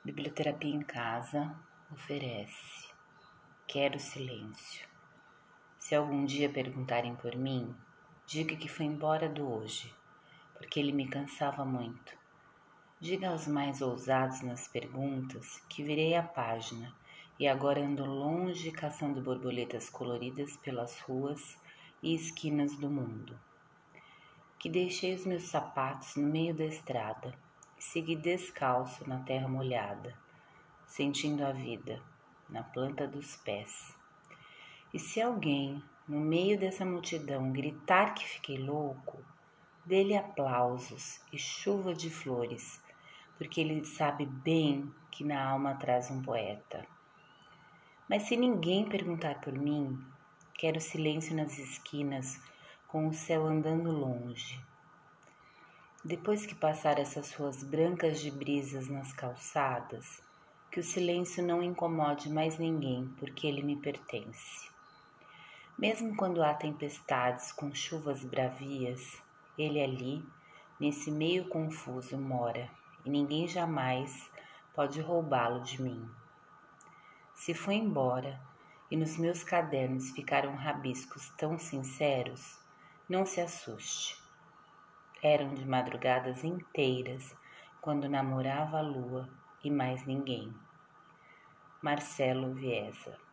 Biblioterapia em casa oferece. Quero silêncio. Se algum dia perguntarem por mim, diga que foi embora do hoje, porque ele me cansava muito. Diga aos mais ousados nas perguntas que virei a página e agora ando longe caçando borboletas coloridas pelas ruas e esquinas do mundo. Que deixei os meus sapatos no meio da estrada e segui descalço na terra molhada, sentindo a vida na planta dos pés. E se alguém, no meio dessa multidão, gritar que fiquei louco, dê-lhe aplausos e chuva de flores, porque ele sabe bem que na alma traz um poeta. Mas se ninguém perguntar por mim, quero silêncio nas esquinas, com o céu andando longe. Depois que passar essas ruas brancas de brisas nas calçadas, que o silêncio não incomode mais ninguém, porque ele me pertence. Mesmo quando há tempestades com chuvas bravias, ele ali, nesse meio confuso, mora, e ninguém jamais pode roubá-lo de mim. Se foi embora, e nos meus cadernos ficaram rabiscos tão sinceros, não se assuste. Eram de madrugadas inteiras, quando namorava a lua e mais ninguém. Marcelo Viesa.